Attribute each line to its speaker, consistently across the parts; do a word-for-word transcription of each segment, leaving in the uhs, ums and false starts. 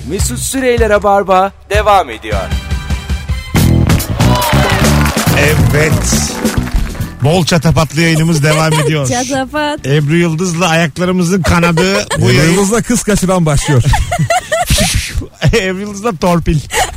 Speaker 1: Mesut Süreyler'e barba devam ediyor.
Speaker 2: Evet. Bol çatapatlı yayınımız devam ediyor.
Speaker 3: Çatapat.
Speaker 2: Ebru Yıldız'la ayaklarımızın kanadığı bu
Speaker 4: Ebru
Speaker 2: yayın.
Speaker 4: Yıldız'la kız kaçıran başlıyor.
Speaker 2: Ebru Yıldız'la torpil.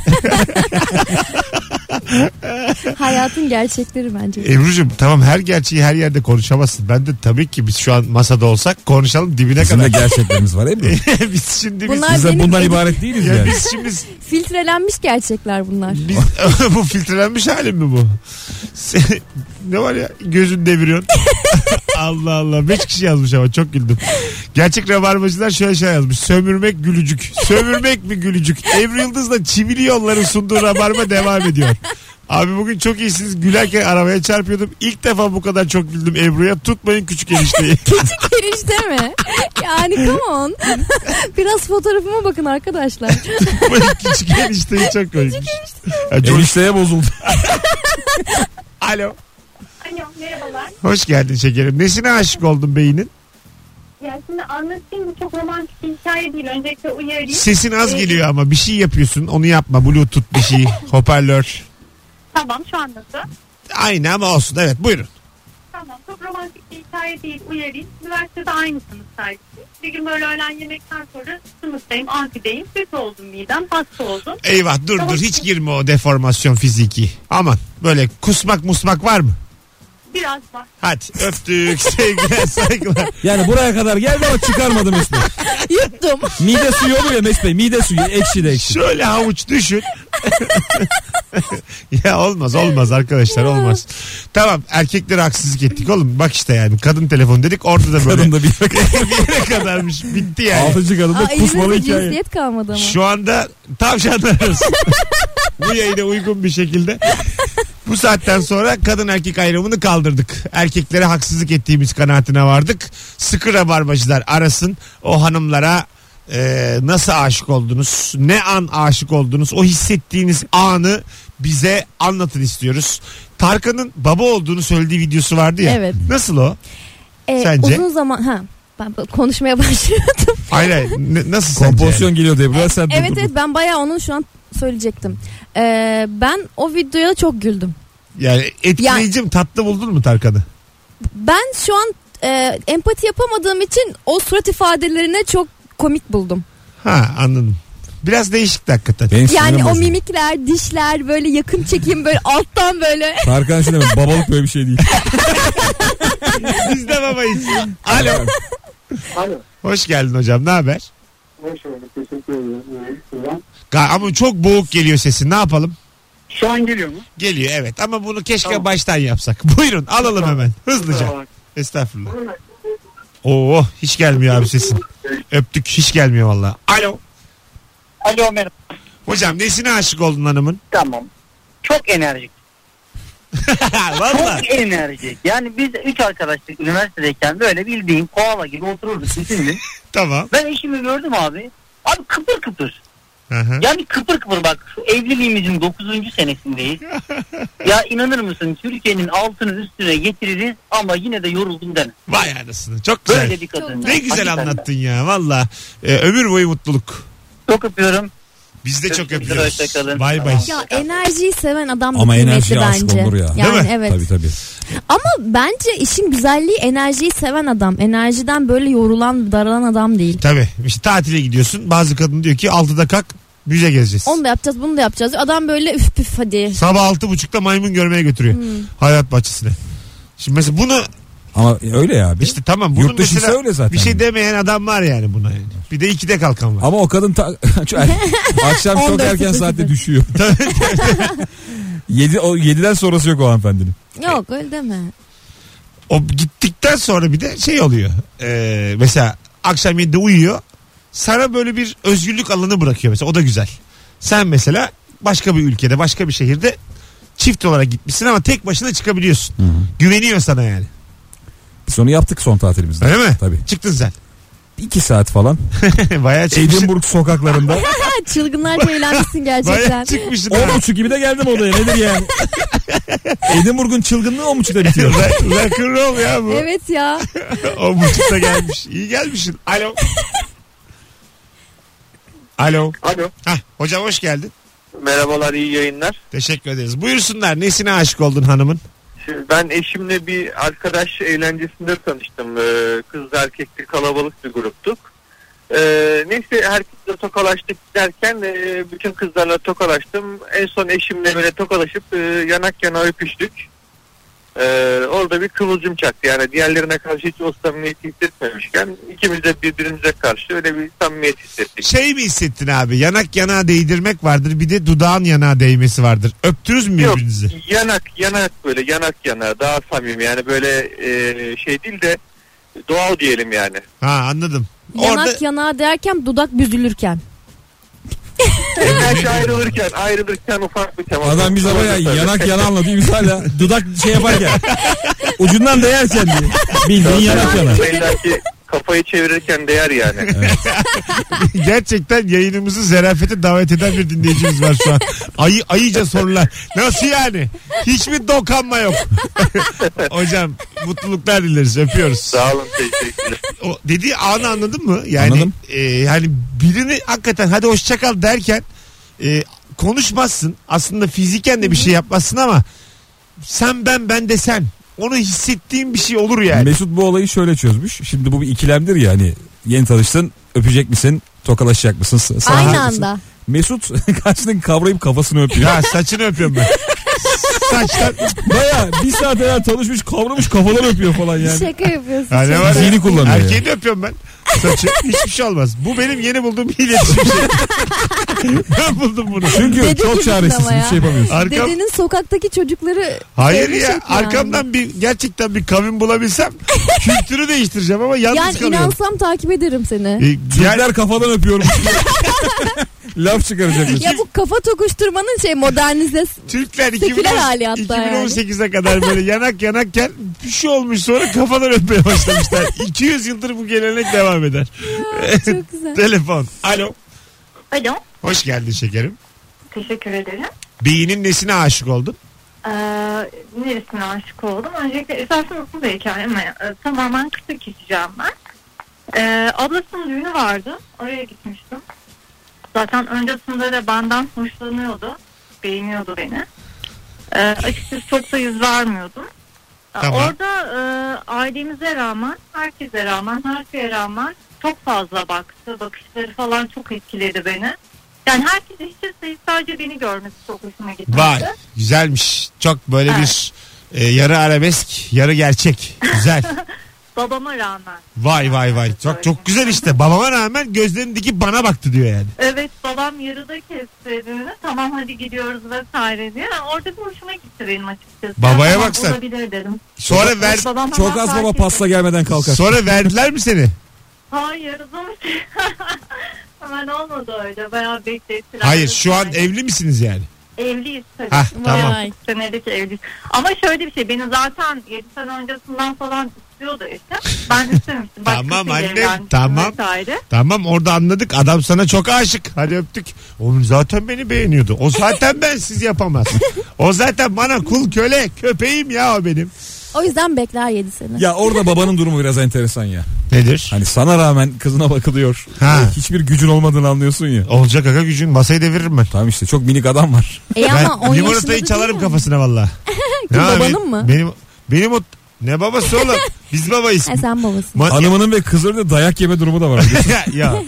Speaker 3: Hayatın gerçekleri bence.
Speaker 2: Ebru'cum tamam, her gerçeği her yerde konuşamazsın. Ben de tabii ki biz şu an masada olsak konuşalım dibine
Speaker 4: Bizim de
Speaker 2: kadar.
Speaker 4: gerçeklerimiz var Ebru.
Speaker 2: Biz şimdi biz,
Speaker 3: Bunlar
Speaker 4: Biz de
Speaker 3: benim
Speaker 4: bundan
Speaker 3: elim-
Speaker 4: ibaret değiliz
Speaker 2: ya
Speaker 4: yani.
Speaker 2: biz şimdi
Speaker 3: Filtrelenmiş gerçekler bunlar.
Speaker 2: biz, bu filtrelenmiş halim mi bu? Sen- ne var ya, gözün deviriyorsun. Allah Allah, beş kişi yazmış ama çok güldüm. Gerçek rabarbacılar şöyle şey yazmış: sömürmek gülücük. Sömürmek mi gülücük? Ebru Yıldız'la Çivili Yolların sunduğu rabarba devam ediyor. Abi bugün çok iyisiniz. Gülerken arabaya çarpıyordum. İlk defa bu kadar çok güldüm Ebru'ya. Tutmayın küçük enişteyi.
Speaker 3: Küçük enişte mi? Yani come on. Biraz fotoğrafıma bakın arkadaşlar.
Speaker 2: Tutmayın küçük enişteyi, çok koymuş.
Speaker 4: Enişteye bozuldu.
Speaker 2: Alo.
Speaker 5: Alo, merhabalar.
Speaker 2: Hoş geldin şekerim. Nesine aşık oldun beynin?
Speaker 5: Ya şimdi anlatayım, bu çok romantik bir hikaye değil. Öncelikle uyarayım.
Speaker 2: Sesin az
Speaker 5: Ee,
Speaker 2: geliyor ama bir şey yapıyorsun. Onu yapma. Bluetooth bir şey. Hoparlör.
Speaker 5: Tamam, şu an nasıl?
Speaker 2: Aynı ama olsun. Evet, buyurun.
Speaker 5: Tamam, çok romantik bir hikaye değil, uyarayım. Üniversitede aynı sınıftaydık. Bir gün böyle öğlen yemekten sonra sınıftayım, amfideyim. Kötü oldum midem, hasta oldum.
Speaker 2: Eyvah, dur dur, hiç girme o deformasyon fiziki. Aman, böyle kusmak musmak var mı?
Speaker 5: Biraz var.
Speaker 2: Hadi öptük, sevgiler, saygılar.
Speaker 4: Yani buraya kadar geldi ama çıkarmadı Mesut Bey.
Speaker 3: Yuttum.
Speaker 4: Mide suyu olur ya Mesut Bey. Mide suyu ekşi de ekşi.
Speaker 2: Şöyle havuç düşün. Ya olmaz olmaz arkadaşlar, olmaz. Tamam, erkeklere haksızlık ettik oğlum. Bak işte yani, kadın telefon dedik, orada da böyle
Speaker 4: Kadın da bir yere
Speaker 2: bir yere kadarmış, bitti yani.
Speaker 4: Altıncı kadın da
Speaker 3: Aa,
Speaker 4: kusmalı
Speaker 3: elimizde
Speaker 4: hikaye.
Speaker 3: cinsiyet kalmadı ama.
Speaker 2: Şu anda tavşanlarız. Bu yayına uygun bir şekilde. Bu saatten sonra kadın erkek ayrımını kaldırdık. Erkeklere haksızlık ettiğimiz kanaatine vardık. Sıkı rabarbacılar arasın o hanımlara, e, nasıl aşık oldunuz? Ne an aşık oldunuz? O hissettiğiniz anı bize anlatın istiyoruz. Tarkan'ın baba olduğunu söylediği videosu vardı ya.
Speaker 3: Evet.
Speaker 2: Nasıl o?
Speaker 3: Ee,
Speaker 2: Sence?
Speaker 3: Uzun zaman ha ben konuşmaya başladım.
Speaker 2: Hayır hayır. Ne- nasıl sence?
Speaker 4: Kompozisyon geliyor Ebru'ya, sen
Speaker 3: Evet
Speaker 4: durdurdun.
Speaker 3: evet, ben bayağı onu şu an söyleyecektim. Ee, ben o videoya çok güldüm.
Speaker 2: Yani etkileyici mi? Tatlı buldun mu Tarkan'ı?
Speaker 3: Ben şu an e, empati yapamadığım için o surat ifadelerini çok komik buldum.
Speaker 2: Ha, anladım. Biraz değişikti hakikaten.
Speaker 4: Benim sinirim
Speaker 3: Yani o
Speaker 4: bozuldu.
Speaker 3: mimikler, dişler, böyle yakın çekim, böyle alttan böyle.
Speaker 4: Tarkan şimdi demek, babalık böyle bir şey değil.
Speaker 2: Biz de babayız. Alo.
Speaker 6: Alo.
Speaker 2: Hoş geldin hocam. Ne haber?
Speaker 6: Hoş bulduk. Teşekkür ederim. Sizden.
Speaker 2: Ga- Ama çok boğuk geliyor sesin. Ne yapalım?
Speaker 6: Şu an geliyor mu?
Speaker 2: Geliyor evet, ama bunu keşke
Speaker 6: Tamam.
Speaker 2: baştan yapsak. Buyurun alalım
Speaker 6: Tamam.
Speaker 2: hemen. Hızlıca.
Speaker 6: Tamam.
Speaker 2: Estağfurullah. Oo, hiç gelmiyor abi sesin. Öptük, hiç gelmiyor vallahi. Alo.
Speaker 6: Alo, merhaba.
Speaker 2: Hocam nesine aşık oldun hanımın?
Speaker 6: Tamam. Çok enerjik.
Speaker 2: Valla.
Speaker 6: Çok enerjik. Yani biz üç arkadaşlık üniversitedeyken böyle bildiğin koala gibi otururduk bütün gün.
Speaker 2: Tamam.
Speaker 6: Ben eşimi gördüm abi. Abi kıpır kıpır.
Speaker 2: Hı hı.
Speaker 6: Yani kıpır kıpır, bak şu evliliğimizin dokuzuncu senesindeyiz. Ya inanır mısın, Türkiye'nin altını üstüne getiririz ama yine de yoruldum deme.
Speaker 2: Vay anasını, çok güzel.
Speaker 6: Böyle bir kadın.
Speaker 2: Ne güzel
Speaker 6: Hakikaten de.
Speaker 2: anlattın ya valla. Ee, ömür boyu mutluluk.
Speaker 6: Çok öpüyorum.
Speaker 2: Biz de çok
Speaker 6: Görüşmek üzere,
Speaker 2: öpüyoruz.
Speaker 6: hoşçakalın.
Speaker 2: Bay bay.
Speaker 3: Ya enerjiyi seven adam da
Speaker 4: Ama
Speaker 3: kıymetli
Speaker 4: enerjiye aşık
Speaker 3: bence.
Speaker 4: olur ya.
Speaker 3: Yani
Speaker 2: Değil mi?
Speaker 3: evet.
Speaker 4: Tabii tabii.
Speaker 3: Ama bence işin güzelliği enerjiyi seven adam. Enerjiden böyle yorulan, daralan adam değil.
Speaker 2: Tabii. İşte tatile gidiyorsun. Bazı kadın diyor ki altıda kalk, müze gezeceğiz.
Speaker 3: Onu da yapacağız, bunu da yapacağız. Adam böyle üf püf hadi.
Speaker 2: Sabah altı buçukta maymun görmeye götürüyor.
Speaker 3: Hmm.
Speaker 2: Hayat bahçesine. Şimdi mesela bunu
Speaker 4: Ama öyle ya abi.
Speaker 2: işte tamam. Bunun
Speaker 4: Yurt dışı
Speaker 2: mesela
Speaker 4: öyle zaten.
Speaker 2: bir şey demeyen adam var yani buna yani. Bir de ikide kalkan var.
Speaker 4: Ama o kadın ta- akşam çok
Speaker 3: on dört
Speaker 4: erken
Speaker 3: sıfır
Speaker 4: saatte
Speaker 3: sıfır.
Speaker 4: düşüyor. Yedi, o yediden sonrası yok o hanımefendinin.
Speaker 3: Yok öyle deme.
Speaker 2: O gittikten sonra bir de şey oluyor. Ee, mesela akşam yedide uyuyor. Sana böyle bir özgürlük alanı bırakıyor mesela. O da güzel. Sen mesela başka bir ülkede, başka bir şehirde çift olarak gitmişsin ama tek başına çıkabiliyorsun.
Speaker 4: Hı-hı.
Speaker 2: Güveniyor sana yani.
Speaker 4: Biz onu yaptık son tatilimizde.
Speaker 2: Öyle mi?
Speaker 4: Tabii.
Speaker 2: Çıktın sen.
Speaker 4: İki saat falan.
Speaker 2: Bayağı çıkmışsın.
Speaker 4: Edinburgh sokaklarında.
Speaker 3: Çılgınlarca eğlenmişsin
Speaker 2: Bayağı
Speaker 3: gerçekten.
Speaker 2: çıkmışsın.
Speaker 4: On buçuk gibi de geldim odaya. Nedir yani? Edinburgh'un çılgınlığı on buçukta bitiyor.
Speaker 2: Rock and roll ya bu.
Speaker 3: Evet ya.
Speaker 2: On buçukta gelmiş. İyi gelmişsin. Alo. Alo.
Speaker 7: Alo.
Speaker 2: Hah, hocam hoş geldin.
Speaker 7: Merhabalar, iyi yayınlar.
Speaker 2: Teşekkür ederiz. Buyursunlar, nesine aşık oldun hanımın?
Speaker 7: Şimdi ben eşimle bir arkadaş eğlencesinde tanıştım. Ee, kızlı erkekli kalabalık bir gruptuk. Ee, neyse herkesle tokalaştık derken e, bütün kızlarla tokalaştım. En son eşimle böyle tokalaşıp e, yanak yana öpüştük. Ee, orada bir kıvılcım çaktı. Yani diğerlerine karşı hiç o samimiyeti hissetmemişken ikimiz de birbirimize karşı öyle bir samimiyet hissettik.
Speaker 2: Şey mi hissettin abi? Yanak yanağa değdirmek vardır, bir de dudağın yanağa değmesi vardır. Öptünüz mü
Speaker 7: Yok,
Speaker 2: birbirinizi?
Speaker 7: yanak yanak böyle yanak yana daha samimi yani böyle e, şey değil de doğal diyelim yani.
Speaker 2: Ha, anladım.
Speaker 3: Yanak
Speaker 2: Orada
Speaker 3: yanağa derken dudak büzülürken.
Speaker 7: Gerçi ayrılırken ayrılırken ufak bir temas.
Speaker 4: Adam bize baya yanak yana anlatıyor. Biz hala dudak şey yaparken. Ucundan değerken diye. Bildiğin yanak yana.
Speaker 7: Belki kafayı çevirirken değer yani.
Speaker 4: Evet.
Speaker 2: gerçekten yayınımızı zerafete davet eden bir dinleyicimiz var şu an. Ayı, ayıca sorular. Nasıl yani? Hiçbir dokanma yok. Hocam mutluluklar dileriz. Öpüyoruz.
Speaker 7: Sağ olun, teşekkürler.
Speaker 2: O dediği anı anladın mı? Yani
Speaker 4: Anladım.
Speaker 2: e, yani birini hakikaten hadi hoşça kal derken e, konuşmazsın. Aslında fiziken de bir şey yapmazsın ama sen ben ben de sen. Onu hissettiğin bir şey olur yani.
Speaker 4: Mesut bu olayı şöyle çözmüş. Şimdi bu bir ikilemdir ya, hani yeni tanıştın, öpecek misin, tokalaşacak mısın? Sana
Speaker 3: Aynı
Speaker 4: haklısın.
Speaker 3: anda.
Speaker 4: Mesut karşındaki kavrayıp kafasını öpüyor.
Speaker 2: Ya saçını öpüyorum ben. Saçtan.
Speaker 4: Baya bir saat evvel tanışmış, kavramış, kafadan öpüyor falan yani.
Speaker 3: Şaka yapıyorsun.
Speaker 2: Ha, ne
Speaker 3: şaka.
Speaker 2: var ya?
Speaker 4: Zihni kullanıyor.
Speaker 2: Erkeğini öpüyorum ben. Saçı. Hiçbir şey olmaz. Bu benim yeni bulduğum bir iletişim şey. Ben buldum bunu.
Speaker 4: Çünkü
Speaker 3: Dede
Speaker 4: çok
Speaker 3: gibisin
Speaker 4: çaresizsin,
Speaker 3: ama ya.
Speaker 4: bir şey yapamıyorsun.
Speaker 2: Arkam...
Speaker 3: Dedenin sokaktaki çocukları
Speaker 2: Hayır
Speaker 3: sevmiş
Speaker 2: ya,
Speaker 3: hep yani.
Speaker 2: arkamdan bir gerçekten bir kavim bulabilsem kültürü değiştireceğim ama yalnız
Speaker 3: Yani
Speaker 2: kalıyorum.
Speaker 3: inansam takip ederim seni.
Speaker 2: E, yani-
Speaker 4: Türkler kafadan öpüyorum. Laf çıkaracak.
Speaker 3: Ya bu kafa tokuşturmanın şey modernize.
Speaker 2: Türkler
Speaker 3: Seküler hali hatta
Speaker 2: iki bin on sekize kadar böyle yanak yanakken bir şey olmuş, sonra kafadan öpmeye başlamışlar. iki yüz yıldır bu gelenek devam eder.
Speaker 3: Ya, çok güzel.
Speaker 2: Telefon. Alo.
Speaker 5: Alo.
Speaker 2: Hoş geldin şekerim.
Speaker 5: Teşekkür ederim.
Speaker 2: Beyinin nesine aşık oldun?
Speaker 5: Ee, neresine aşık oldum? Öncelikle esasında uzun bir hikaye ama e, tamamen kısa keseceğim ben. Ee, ablasının düğünü vardı. Oraya gitmiştim. Zaten öncesinde de benden hoşlanıyordu. Beğeniyordu beni. Ee, açıkçası çok da yüz vermiyordum. Ee,
Speaker 2: Tamam.
Speaker 5: Orada e, ailemize rağmen, herkese rağmen, her şeye rağmen çok fazla baktı. Bakışları falan çok etkiledi beni. Yani herkes işte sadece beni görmesi çok hoşuma gitmişti.
Speaker 2: Vay, güzelmiş. Çok böyle
Speaker 5: Evet.
Speaker 2: bir e, yarı arabesk, yarı gerçek. Güzel.
Speaker 5: Babama rağmen.
Speaker 2: Vay vay vay. Çok çok güzel işte. Babama rağmen gözlerini dikip bana baktı diyor yani.
Speaker 5: Evet, babam yarıda kesti düğünü. Tamam hadi gidiyoruz vesaire diye. Yani orada bir hoşuma gitti benim açıkçası.
Speaker 2: Babaya
Speaker 5: Tamam,
Speaker 2: bak sen.
Speaker 5: olabilir dedim.
Speaker 2: Sonra ver,
Speaker 5: Evet, babam
Speaker 4: Çok
Speaker 5: hemen
Speaker 4: az
Speaker 5: fark
Speaker 4: baba
Speaker 5: etti.
Speaker 4: pasta gelmeden kalkar.
Speaker 2: sonra verdiler mi seni?
Speaker 5: Hayır, uzun bir şey. Hemen olmadı öyle. Bayağı beklettiler.
Speaker 2: Hayır, şu an
Speaker 5: vesaire.
Speaker 2: evli misiniz yani?
Speaker 5: Evliyiz tabii.
Speaker 2: Hah, tamam.
Speaker 3: Vay.
Speaker 5: Senelik evliyiz. Ama şöyle bir şey, beni zaten yedi sene öncesinden falan istiyordu eşim. Ben istemiştim.
Speaker 2: Tamam
Speaker 5: Başkasıyla
Speaker 2: annem,
Speaker 5: evlendim
Speaker 2: tamam.
Speaker 5: vesaire.
Speaker 2: Tamam, orada anladık. Adam sana çok aşık. Hadi öptük. Oğlum zaten beni beğeniyordu. O zaten bensiz yapamaz. O zaten bana kul köle. Köpeğim ya o benim.
Speaker 3: O yüzden bekler yedi sene.
Speaker 4: Ya orada babanın durumu biraz enteresan ya.
Speaker 2: Nedir?
Speaker 4: Hani sana rağmen kızına bakılıyor.
Speaker 2: Ha.
Speaker 4: Ve hiçbir gücün olmadığını anlıyorsun ya.
Speaker 2: Olacak aga gücün. Masayı deviririm ben.
Speaker 4: Tamam işte, çok minik adam var.
Speaker 3: E ama on
Speaker 2: Ben
Speaker 3: yaşında
Speaker 2: limonatayı
Speaker 3: da
Speaker 2: çalarım
Speaker 3: değil mi?
Speaker 2: kafasına valla.
Speaker 3: Kim,
Speaker 2: Ne abi?
Speaker 3: babanın mı?
Speaker 2: Benim, benim o... Ne babası oğlum? Biz babayız.
Speaker 3: E sen babasın.
Speaker 2: Ma-
Speaker 4: Hanımının ve kızının da dayak yeme durumu da var.
Speaker 2: Yok.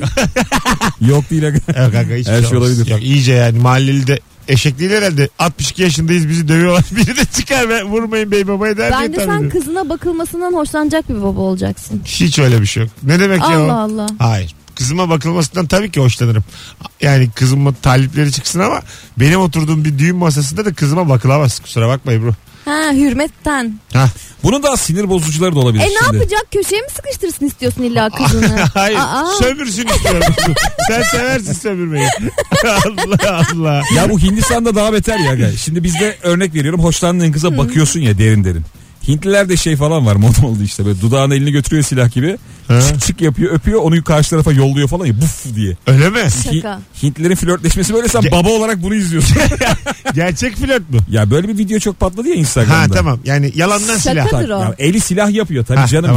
Speaker 4: Yok değil. aga.
Speaker 2: Yok aga hiçbir
Speaker 4: Her
Speaker 2: şey
Speaker 4: şey
Speaker 2: olmaz.
Speaker 4: olabilir.
Speaker 2: Yok iyice yani mahalleli de eşek değil herhalde. altmış iki yaşındayız, bizi dövüyorlar. Biri de çıkar ve vurmayın bey babaya der diye
Speaker 3: Bence
Speaker 2: tahmin
Speaker 3: sen
Speaker 2: ediyorum.
Speaker 3: kızına bakılmasından hoşlanacak bir baba olacaksın.
Speaker 2: Hiç öyle bir şey yok. Ne demek ya o?
Speaker 3: Allah Allah.
Speaker 2: Hayır. Kızıma bakılmasından tabii ki hoşlanırım. Yani kızımın talipleri çıksın ama benim oturduğum bir düğün masasında da kızıma bakılamaz. Kusura bakma Ebru.
Speaker 3: Ha, hürmetten.
Speaker 2: Hah.
Speaker 4: Bunun daha sinir bozucuları da olabilir
Speaker 3: E ne
Speaker 4: şimdi.
Speaker 3: yapacak? Köşeye mi sıkıştırsın istiyorsun illa kızını?
Speaker 2: Hayır.
Speaker 3: Aa.
Speaker 2: Sömürsün istiyorum. Sen seversin sömürmeyi. Allah Allah.
Speaker 4: Ya bu Hindistan'da daha beter ya. aga. Şimdi bizde örnek veriyorum, hoşlandığın kıza bakıyorsun ya derin derin. Hintlilerde şey falan var, mod oldu işte, böyle dudağına elini götürüyor silah gibi.
Speaker 2: Ha.
Speaker 4: Çık çık yapıyor, öpüyor, onu karşı tarafa yolluyor falan ya, buf diye.
Speaker 2: Öyle mi?
Speaker 3: Şaka.
Speaker 4: Hintlilerin flörtleşmesi böyle, sen
Speaker 2: Ge-
Speaker 4: baba olarak bunu izliyorsun.
Speaker 2: Gerçek flört mü?
Speaker 4: Ya böyle bir video çok patladı ya Instagram'da.
Speaker 2: Ha tamam. Yani yalandan silah.
Speaker 3: Şaka. Nedir o?
Speaker 4: Ya eli silah yapıyor tabii
Speaker 2: Ha,
Speaker 4: canım
Speaker 2: tamam.
Speaker 4: ya.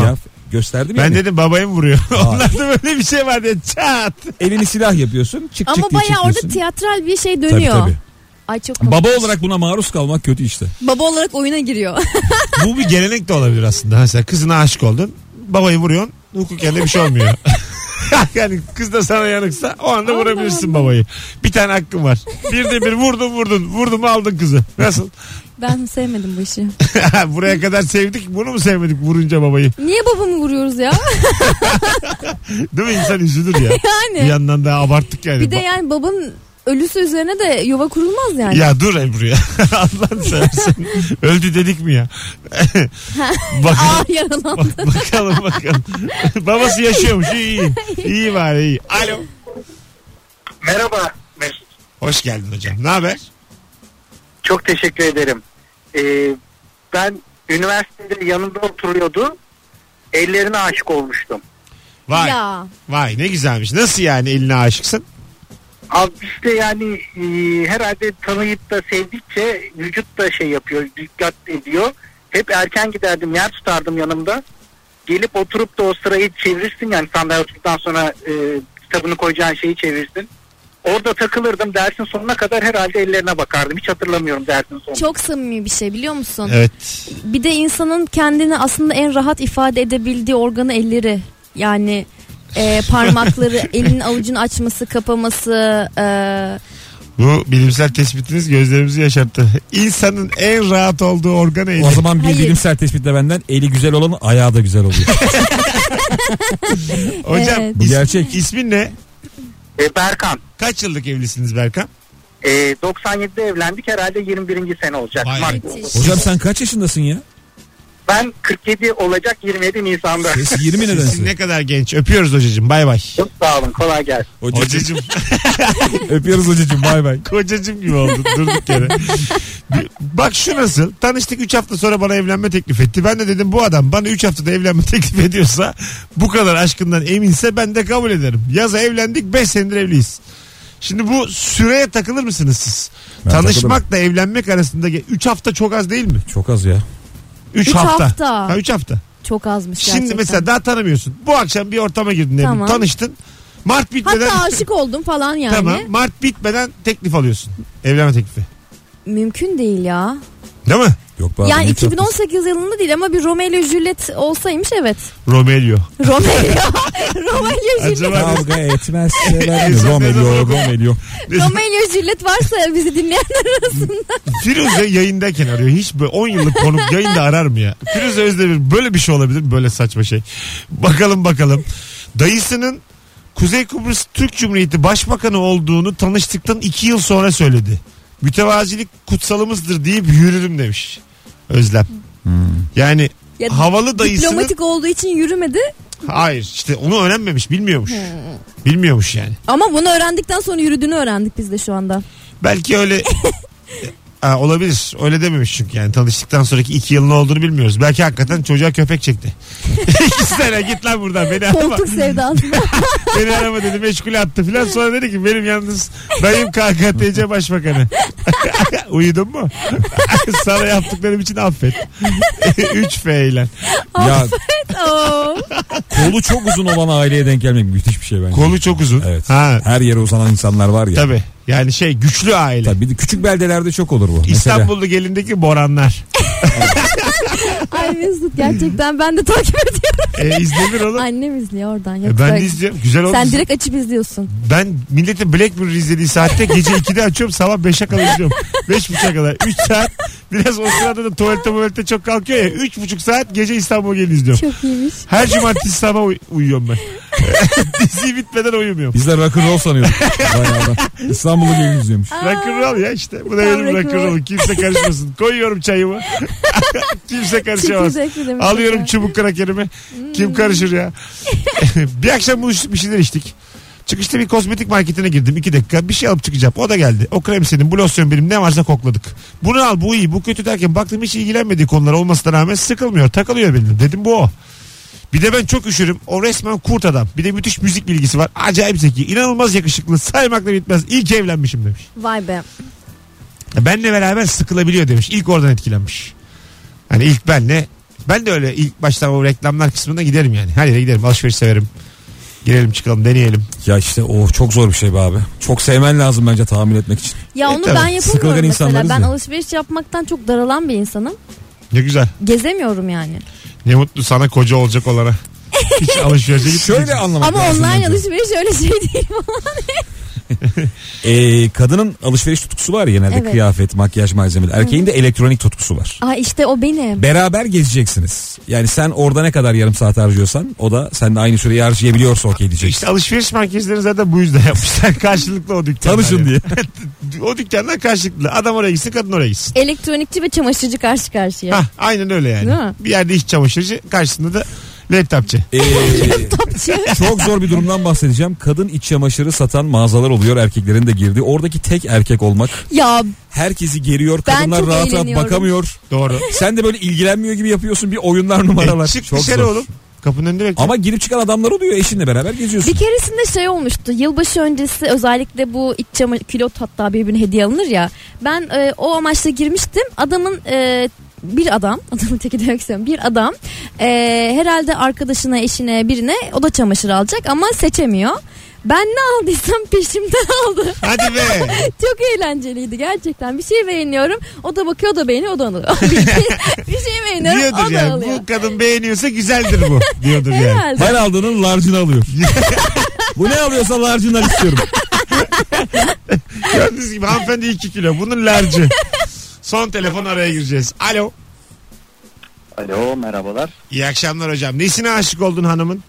Speaker 4: gösterdim
Speaker 2: Ben
Speaker 4: yani.
Speaker 2: dedim babaya mı vuruyor? Onlarda böyle bir şey var diye çat.
Speaker 4: Elini silah yapıyorsun, çık
Speaker 3: Ama
Speaker 4: çık diye
Speaker 3: bayağı orada
Speaker 4: çekiyorsun.
Speaker 3: tiyatral bir şey
Speaker 4: Tabii
Speaker 3: dönüyor.
Speaker 4: tabii.
Speaker 3: Ay çok komik.
Speaker 4: Baba olarak buna maruz kalmak kötü işte.
Speaker 3: Baba olarak oyuna giriyor.
Speaker 2: Bu bir gelenek de olabilir aslında. Mesela kızına aşık oldun. Babayı vuruyorsun. Hukuken de bir şey olmuyor. Yani kız da sana yanıksa o anda
Speaker 3: Allah
Speaker 2: vurabilirsin
Speaker 3: Allah.
Speaker 2: babayı. Bir tane hakkın var. Bir de bir vurdun vurdun. Vurdun mu aldın kızı. Nasıl?
Speaker 3: Ben sevmedim bu işi.
Speaker 2: Buraya kadar sevdik. Bunu mu sevmedik vurunca babayı?
Speaker 3: Niye babamı vuruyoruz ya?
Speaker 2: Değil mi? İnsan üzülür ya. Bir
Speaker 3: Yani.
Speaker 2: yandan da abarttık yani.
Speaker 3: Bir de yani babanın ölüsü üzerine de yuva kurulmaz yani.
Speaker 2: Ya dur Ebru ya. Allah'ını seversen. Öldü dedik mi ya? Bakın.
Speaker 3: Aa yaralandı.
Speaker 2: Bak- bakalım bakalım. Babası yaşıyormuş. İyi iyi. İyi bari iyi. Alo.
Speaker 8: Merhaba Mesut.
Speaker 2: Hoş geldin hocam. Ne haber?
Speaker 8: Çok teşekkür ederim. Ee, ben üniversitede yanında oturuyordu. Ellerine aşık olmuştum.
Speaker 2: Vay.
Speaker 3: Ya.
Speaker 2: Vay ne güzelmiş. Nasıl yani eline aşıksın?
Speaker 8: Abi işte yani e, herhalde tanıyıp da sevdikçe vücut da şey yapıyor, dikkat ediyor. Hep erken giderdim, yer tutardım yanımda. Gelip oturup da o sırayı çevirirsin yani sandalye oturduktan sonra e, kitabını koyacağın şeyi çevirsin. Orada takılırdım, dersin sonuna kadar herhalde ellerine bakardım. Hiç hatırlamıyorum dersin sonunu.
Speaker 3: Çok samimi bir şey biliyor musun?
Speaker 2: Evet.
Speaker 3: Bir de insanın kendini aslında en rahat ifade edebildiği organı elleri. Yani e, parmakları, elinin avucunu açması, kapaması. E,
Speaker 2: Bu bilimsel tespitiniz gözlerimizi yaşarttı. İnsanın en rahat olduğu organı eli.
Speaker 4: O zaman bir
Speaker 3: Hayır.
Speaker 4: bilimsel tespitle benden, eli güzel olanın ayağı da güzel oluyor.
Speaker 2: Hocam
Speaker 3: Evet.
Speaker 4: Bu
Speaker 2: is-
Speaker 4: gerçek.
Speaker 2: ismin ne?
Speaker 8: E, Berkan.
Speaker 2: Kaç yıllık evlisiniz Berkan?
Speaker 8: E, doksan yedide evlendik, herhalde yirmi birinci sene olacak.
Speaker 2: Vay.
Speaker 8: Mart.
Speaker 3: müthiş.
Speaker 4: Hocam sen kaç yaşındasın ya?
Speaker 8: Ben kırk yedi olacak, yirmi yedi Nisan'da.
Speaker 4: Ses yirmi
Speaker 2: Sesin
Speaker 4: nedense.
Speaker 2: ne kadar genç. Öpüyoruz hocacığım. Bay bay.
Speaker 8: Çok sağ olun, kolay gelsin.
Speaker 4: Hocacığım.
Speaker 2: Hocacığım.
Speaker 4: Öpüyoruz hocacığım, bay bay.
Speaker 2: Kocacığım gibi oldun durduk yere. Bir- Bak şu nasıl. Tanıştık üç hafta sonra bana evlenme teklif etti. Ben de dedim bu adam bana üç haftada evlenme teklif ediyorsa, bu kadar aşkından eminse ben de kabul ederim. Yaza evlendik, beş senedir evliyiz. Şimdi bu süreye takılır mısınız siz?
Speaker 4: Ben
Speaker 2: Tanışmakla evlenmek arasında üç hafta çok az değil mi?
Speaker 4: Çok az ya.
Speaker 2: üç
Speaker 3: Üç
Speaker 2: hafta.
Speaker 3: hafta.
Speaker 2: Ha üç hafta.
Speaker 3: Çok azmış gerçekten.
Speaker 2: Şimdi mesela daha tanımıyorsun. Bu akşam bir ortama girdin. ne
Speaker 3: Tamam.
Speaker 2: bileyim, Tanıştın. Mart bitmeden
Speaker 3: Hatta aşık oldum falan yani.
Speaker 2: tamam. Mart bitmeden teklif alıyorsun. Evlenme teklifi.
Speaker 3: Mümkün değil ya.
Speaker 2: Değil mi?
Speaker 4: Yok bazen
Speaker 3: Yani
Speaker 4: hiç
Speaker 3: iki bin on
Speaker 4: yokuz.
Speaker 3: sekiz yılında değil ama bir Romeo ile Juliet olsaymış evet.
Speaker 2: Romelio.
Speaker 3: Romeo. Romeo ile Juliet.
Speaker 2: Acaba
Speaker 4: Kavga etmezse ben
Speaker 2: Ezan
Speaker 4: Romelio,
Speaker 2: ezan oku.
Speaker 4: Romelio.
Speaker 3: Romeo ile Juliet varsa bizi dinleyenler arasında.
Speaker 2: Firuze yayındayken arıyor. Hiç böyle on yıllık konuk yayında arar mı ya? Firuze Özdemir böyle bir şey olabilir mi? Böyle saçma şey. Bakalım bakalım. Dayısının Kuzey Kıbrıs Türk Cumhuriyeti Başbakanı olduğunu tanıştıktan iki yıl sonra söyledi. Mütevazilik kutsalımızdır deyip yürürüm demiş Özlem. Yani
Speaker 3: Ya,
Speaker 2: havalı dayısının...
Speaker 3: Diplomatik olduğu için yürümedi.
Speaker 2: Hayır işte onu öğrenmemiş, bilmiyormuş. Bilmiyormuş yani.
Speaker 3: Ama bunu öğrendikten sonra yürüdüğünü öğrendik biz de şu anda.
Speaker 2: Belki öyle ha, olabilir. Öyle dememiş çünkü yani tanıştıktan sonraki iki yılın olduğunu bilmiyoruz. Belki hakikaten çocuğa köpek çekti. İki sene git lan buradan beni arama.
Speaker 3: Koltuk sevdası.
Speaker 2: Beni arama dedi, meşgule attı filan. Sonra dedi ki benim yalnız dayım K K T C Başbakanı. Uyudun mu? Sana yaptıklarım için affet. üç F ile.
Speaker 4: Ya
Speaker 3: Oo.
Speaker 4: kolu çok uzun olan aileye denk gelmek müthiş bir şey bence.
Speaker 2: Kolu çok uzun.
Speaker 4: Evet.
Speaker 2: Ha,
Speaker 4: Her yere uzanan insanlar var ya.
Speaker 2: tabii. Yani şey güçlü aile.
Speaker 4: Tabii bir de küçük beldelerde çok olur bu. Mesela
Speaker 2: İstanbul'da gelindeki Boranlar.
Speaker 3: Ay Mesut gerçekten ben de takip ediyorum.
Speaker 2: E, izlenir oğlum.
Speaker 3: Annem izliyor oradan.
Speaker 2: E,
Speaker 3: Yoksa
Speaker 2: ben de izliyorum. Güzel oldu.
Speaker 3: sen direkt açıp izliyorsun.
Speaker 2: Ben milletin Black Mirror izlediği saatte gece ikide açıyorum, sabah beşe kadar izliyorum. beş buçuğa kadar. üç saat. Biraz o sırada da tuvalete tuvalete çok kalkıyor ya. üç buçuk saat gece İstanbul'a gelin izliyorum.
Speaker 3: Çok iyiymiş.
Speaker 2: Her cumartesi sabah uy- uyuyorum ben. Dizi bitmeden uyumuyorum.
Speaker 4: bizler rock'n'roll sanıyorduk. Bayağı da. İstanbul'u gelin izliyormuş.
Speaker 2: Rock'n'roll ya işte. Bu da
Speaker 3: Tam
Speaker 2: benim
Speaker 3: rock'n'roll.
Speaker 2: rock'n'roll'um. Kimse karışmasın. Koyuyorum çayımı. Kimse karışamaz.
Speaker 3: Çekirdek bir de mi?
Speaker 2: Alıyorum çubuk krakerimi. Kim karışır ya? Bir akşam buluştuk, bir şeyler içtik. Çıkışta bir kozmetik marketine girdim. iki dakika bir şey alıp çıkacağım. O da geldi. O krem senin, bu losyon benim, ne varsa kokladık. Bunu al, bu iyi, bu kötü derken baktım hiç ilgilenmediği konular olmasına rağmen sıkılmıyor. Takılıyor benim. Dedim bu o. Bir de ben çok üşürüm. O resmen kurt adam. Bir de müthiş müzik bilgisi var. Acayip zeki. İnanılmaz yakışıklı. Saymakla bitmez. İlk evlenmişim demiş.
Speaker 3: Vay be.
Speaker 2: Benle beraber sıkılabiliyor demiş. İlk oradan etkilenmiş. Hani ilk benle Ben de öyle ilk başta o reklamlar kısmına giderim yani. Her yere giderim. Alışveriş severim. Girelim çıkalım deneyelim.
Speaker 4: Ya işte o çok zor bir şey be abi. Çok sevmen lazım bence tahammül etmek için.
Speaker 3: Ya
Speaker 2: E,
Speaker 3: onu
Speaker 2: tabii.
Speaker 3: ben yapamıyorum
Speaker 4: Sıkılgan
Speaker 3: mesela.
Speaker 4: insanlarız
Speaker 3: Ben
Speaker 4: ya.
Speaker 3: alışveriş yapmaktan çok daralan bir insanım.
Speaker 2: Ne güzel.
Speaker 3: Gezemiyorum yani.
Speaker 2: Ne mutlu sana koca olacak olana. Hiç alışverişe gitmeyeceksin.
Speaker 4: Şöyle anlamak
Speaker 3: Ama
Speaker 4: lazım
Speaker 3: online
Speaker 4: bence.
Speaker 3: alışveriş öyle şey değil.
Speaker 4: Ee, kadının alışveriş tutkusu var ya genelde,
Speaker 3: Evet.
Speaker 4: kıyafet, makyaj malzemeleri. Erkeğin de elektronik tutkusu var.
Speaker 3: Aa işte o benim.
Speaker 4: Beraber gezeceksiniz. Yani sen orada ne kadar yarım saat harcıyorsan o da sen de aynı süreyi harcayabiliyorsa okey diyeceksin.
Speaker 2: İşte alışveriş merkezleri zaten bu yüzden yapmışlar. Karşılıklı o dükkanlar.
Speaker 4: Tanışın
Speaker 2: yani.
Speaker 4: diye.
Speaker 2: O dükkanlar karşılıklı. Adam oraya gitsin, kadın oraya gitsin.
Speaker 3: Elektronikçi ve çamaşırcı karşı karşıya.
Speaker 2: Hah, aynen öyle yani.
Speaker 3: Değil mi?
Speaker 2: Bir yerde iç çamaşırcı, karşısında da laptopçı.
Speaker 4: Ee, çok zor bir durumdan bahsedeceğim. Kadın iç çamaşırı satan mağazalar oluyor, erkeklerin de girdiği. Oradaki tek erkek olmak
Speaker 3: Ya
Speaker 4: herkesi geriyor.
Speaker 3: Ben
Speaker 4: Kadınlar
Speaker 3: çok
Speaker 4: rahat rahat
Speaker 3: eğleniyorum.
Speaker 4: bakamıyor.
Speaker 2: Doğru.
Speaker 4: Sen de böyle ilgilenmiyor gibi yapıyorsun, bir oyunlar, numaralar.
Speaker 2: E, çık
Speaker 4: çok
Speaker 2: dışarı
Speaker 4: zor.
Speaker 2: oğlum. Kapının önünde bekle.
Speaker 4: Ama girip çıkan adamlar oluyor, eşinle beraber geziyorsun.
Speaker 3: bir keresinde şey olmuştu. Yılbaşı öncesi özellikle bu iç çamaşır külot hatta birbirine hediye alınır ya. Ben e, o amaçla girmiştim. Adamın e, bir adam, adamın teki demek istiyorum. Bir adam e, herhalde arkadaşına, eşine, birine o da çamaşır alacak ama seçemiyor. Ben ne aldıysam peşimden aldı.
Speaker 2: Hadi be.
Speaker 3: Çok eğlenceliydi gerçekten. Bir şey beğeniyorum. O da bakıyor, o da beğeniyor, o da alıyor. bir, bir şey beğeniyorum,
Speaker 2: Diyordur
Speaker 3: o da
Speaker 2: yani.
Speaker 3: alıyor.
Speaker 2: Bu kadın beğeniyorsa güzeldir bu. Diyordur yani.
Speaker 3: Herhalde.
Speaker 4: Her aldığının large'ını alıyor. Bu ne alıyorsa large'ından istiyorum.
Speaker 2: Gördüğünüz gibi hanımefendi iki kilo. Bunun larcı. Son telefon, araya gireceğiz. Alo.
Speaker 9: Alo, merhabalar.
Speaker 2: İyi akşamlar hocam. Nesine aşık oldun hanımın?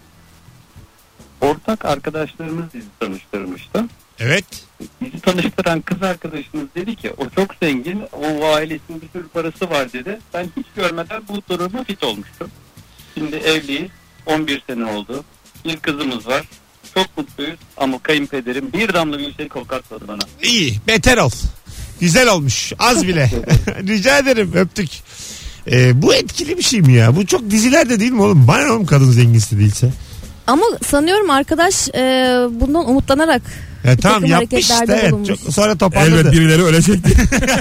Speaker 9: Ortak arkadaşlarımız bizi tanıştırmıştı.
Speaker 2: Evet.
Speaker 9: Bizi tanıştıran kız arkadaşımız dedi ki o çok zengin, o ailesinin bir sürü parası var dedi. Ben hiç görmeden bu duruma fit olmuştum. Şimdi evliyiz, on bir sene oldu. Bir kızımız var. Çok mutluyuz ama kayınpederim bir damla bir şey kokatmadı bana.
Speaker 2: İyi. Beter ol. Güzel olmuş. Az bile. Rica ederim. Öptük. Ee, bu etkili bir şey mi ya? Bu çok dizilerde değil mi oğlum? Bana oğlum kadın zenginsi değilse.
Speaker 3: Ama sanıyorum arkadaş e, bundan umutlanarak
Speaker 2: Ya
Speaker 3: bir
Speaker 2: tamam
Speaker 3: takım
Speaker 2: yapmış
Speaker 3: hareketlerde
Speaker 2: işte evet.
Speaker 3: bulunmuş.
Speaker 2: Çok, sonra toparladı.
Speaker 4: Elbet birileri ölecekti.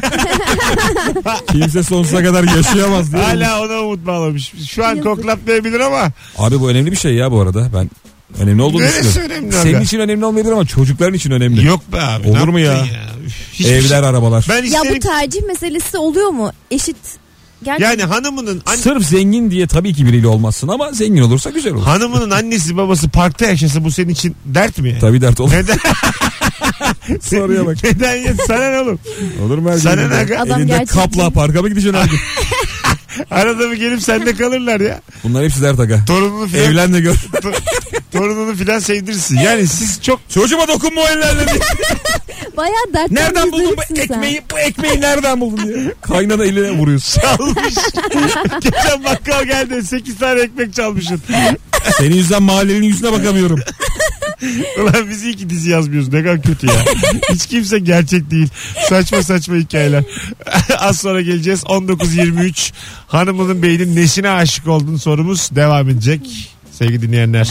Speaker 4: Kimse sonsuza kadar yaşayamaz diye.
Speaker 2: Hala ona umut bağlamış. Şu an
Speaker 3: Yazık.
Speaker 2: koklatmayabilir ama.
Speaker 4: Abi bu önemli bir şey ya bu arada. Ben önemli olduğunu
Speaker 2: Neresi
Speaker 4: düşünüyorum.
Speaker 2: önemli
Speaker 4: Senin
Speaker 2: aga?
Speaker 4: için önemli olmayabilir ama çocukların için önemli.
Speaker 2: Yok be abi.
Speaker 4: Olur
Speaker 2: ne
Speaker 4: mu ya?
Speaker 2: yaptın Üf, hiçbir
Speaker 4: Evler,
Speaker 2: şey-
Speaker 4: arabalar.
Speaker 2: Ben
Speaker 3: Ya
Speaker 2: isterim.
Speaker 3: bu tercih meselesi oluyor mu? Eşit. Gerçekten.
Speaker 2: Yani hanımının anne,
Speaker 4: Sırf zengin diye tabii ki biriyle olmazsın ama zengin olursa güzel olur.
Speaker 2: hanımının annesi babası parkta yaşasa bu senin için dert mi yani?
Speaker 4: Tabii dert olur.
Speaker 2: Neden?
Speaker 4: Soruya bak.
Speaker 2: Neden ya? Sana ne oğlum?
Speaker 4: Olur mu her
Speaker 2: Sana
Speaker 4: gün?
Speaker 2: ne aga?
Speaker 3: Adam
Speaker 4: Elinde
Speaker 3: gerçekten-
Speaker 4: kapla parka mı gideceksin her gün?
Speaker 2: Arada bir gelip sende kalırlar ya.
Speaker 4: Bunlar hepsi dert aga.
Speaker 2: Torununu filan,
Speaker 4: Evlen de gör.
Speaker 2: to- torununu filan sevdirsin. Yani siz çok
Speaker 4: Çocuğuma dokunma o ellerle diye.
Speaker 3: Bayağı dertten
Speaker 4: Nereden buldun bu
Speaker 3: müzdaripsin sen.
Speaker 4: ekmeği? Bu ekmeği nereden buldun diye. Kaynana eline vuruyorsun.
Speaker 2: çalmış. Geçen bakkal geldi. sekiz tane ekmek çalmışsın.
Speaker 4: Senin yüzünden mahallenin yüzüne bakamıyorum.
Speaker 2: Ulan biz iyi ki dizi yazmıyoruz. Ne kadar kötü ya. Hiç kimse gerçek değil. Saçma saçma hikayeler. Az sonra geleceğiz. on dokuz yirmi üç hanımının beynin nesine aşık olduğun sorumuz devam edecek. Sevgili dinleyenler.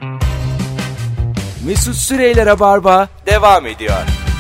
Speaker 1: Mesut Süreyler'e barba devam ediyor.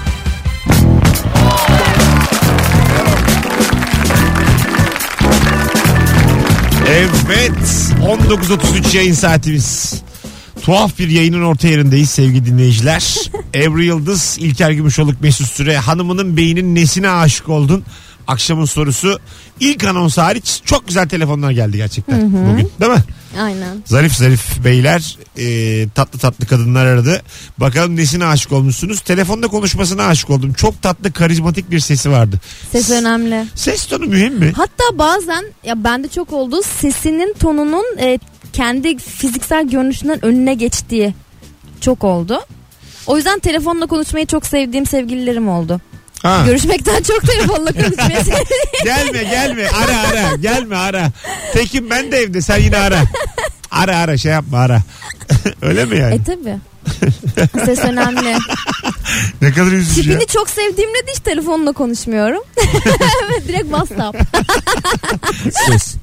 Speaker 2: Evet. on dokuz otuz üç yayın saatimiz. Tuhaf bir yayının orta yerindeyiz sevgili dinleyiciler. Ebru Yıldız, İlker Gümüşoluk, Mesut Süre. Hanımının beynin nesine aşık oldun? Akşamın sorusu. İlk anons hariç çok güzel telefonlar geldi gerçekten bugün, değil mi?
Speaker 3: Aynen.
Speaker 2: Zarif zarif beyler, e, tatlı tatlı kadınlar aradı. Bakalım nesine aşık olmuşsunuz? Telefonda konuşmasına aşık oldum. Çok tatlı, karizmatik bir sesi vardı.
Speaker 3: Ses önemli.
Speaker 2: Ses tonu mühim mi?
Speaker 3: Hatta bazen ya bende çok oldu, sesinin tonunun e, kendi fiziksel görünüşünden önüne geçtiği çok oldu. O yüzden telefonla konuşmayı çok sevdiğim sevgililerim oldu.
Speaker 2: Ha.
Speaker 3: Görüşmekten çok telefonla konuşmayı sevdiğim.
Speaker 2: Gelme gelme ara ara gelme ara. Tekim ben de evde, sen yine ara. Ara ara şey yapma ara. Öyle mi yani?
Speaker 3: E tabi. Ses önemli.
Speaker 2: Ne kadar üzücü ya.
Speaker 3: Tipini çok sevdiğimle de hiç telefonla konuşmuyorum. Direkt WhatsApp.
Speaker 4: Sus.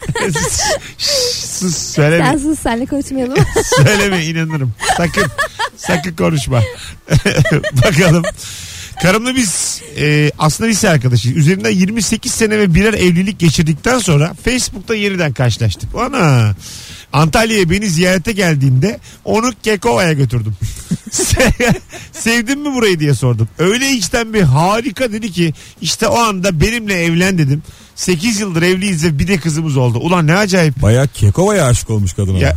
Speaker 2: Sus söyleme.
Speaker 3: Sen sus, senle konuşmayalım.
Speaker 2: Söyleme, inanırım. Sakın. Sakın konuşma. Bakalım. Karımla biz e, aslında lise arkadaşıyız. Üzerinden yirmi sekiz sene ve birer evlilik geçirdikten sonra Facebook'ta yeniden karşılaştık. Ana. Antalya'ya beni ziyarete geldiğinde onu Kekova'ya götürdüm. Sevdin mi burayı diye sordum. Öyle içten bir harika dedi ki işte o anda benimle evlen dedim. sekiz yıldır evliyiz ve bir de kızımız oldu. Ulan ne acayip.
Speaker 4: Bayağı Kekova'ya aşık olmuş kadın.
Speaker 2: Ya,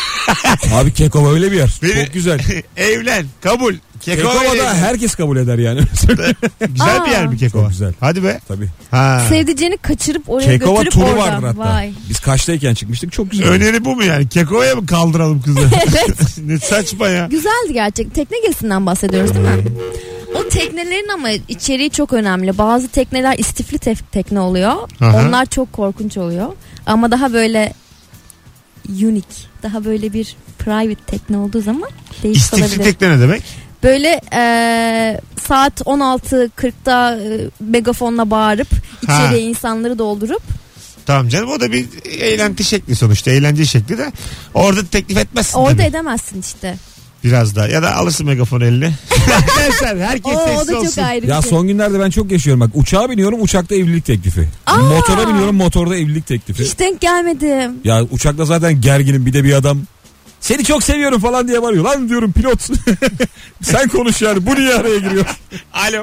Speaker 4: abi Kekova öyle bir yer.
Speaker 2: Beni,
Speaker 4: çok güzel.
Speaker 2: Evlen, kabul.
Speaker 4: Kekova'da
Speaker 2: Kekova
Speaker 4: herkes kabul eder yani.
Speaker 2: Güzel
Speaker 3: Aa,
Speaker 2: bir yer mi Kekova?
Speaker 4: Çok güzel.
Speaker 2: Hadi be.
Speaker 4: Tabii.
Speaker 2: Ha.
Speaker 3: Sevdiceğini kaçırıp oraya
Speaker 4: Kekova
Speaker 3: götürüp
Speaker 4: turu
Speaker 3: orada.
Speaker 4: vardır hatta.
Speaker 3: Vay.
Speaker 4: Biz Kaş'tayken çıkmıştık, çok güzel.
Speaker 2: Öneri bu mu yani? Kekova'ya mı kaldıralım kızı?
Speaker 3: Evet.
Speaker 2: Ne saçma ya.
Speaker 3: Güzeldi gerçek. Tekne gezisinden bahsediyoruz değil mi? O teknelerin ama içeriği çok önemli. Bazı tekneler istifli te- tekne oluyor.
Speaker 2: Aha.
Speaker 3: Onlar çok korkunç oluyor. Ama daha böyle unique, daha böyle bir private tekne olduğu zaman değişik
Speaker 2: İstifli
Speaker 3: olabilir.
Speaker 2: tekne ne demek?
Speaker 3: Böyle e, saat on altı kırkta e, megafonla bağırıp içeriye
Speaker 2: Ha.
Speaker 3: insanları doldurup.
Speaker 2: Tamam canım, o da bir eğlence şekli sonuçta. Eğlence şekli de orada teklif etmezsin
Speaker 3: Orada
Speaker 2: tabii.
Speaker 3: edemezsin işte.
Speaker 2: Biraz daha. Ya da alırsın megafon eline. Arkadaşlar herkes
Speaker 3: O, o
Speaker 2: sessiz
Speaker 3: da çok
Speaker 2: olsun.
Speaker 3: ayrı bir
Speaker 4: Ya
Speaker 3: şey.
Speaker 4: son günlerde ben çok yaşıyorum bak. Uçağa biniyorum, uçakta evlilik teklifi.
Speaker 3: Aa!
Speaker 4: Motora biniyorum, motorda evlilik teklifi.
Speaker 3: Hiç denk gelmedim.
Speaker 4: Ya uçakta zaten gerginim, bir de bir adam seni çok seviyorum falan diye bağırıyor. Lan diyorum pilot. Sen konuş yani, bu niye araya giriyor?
Speaker 2: Alo.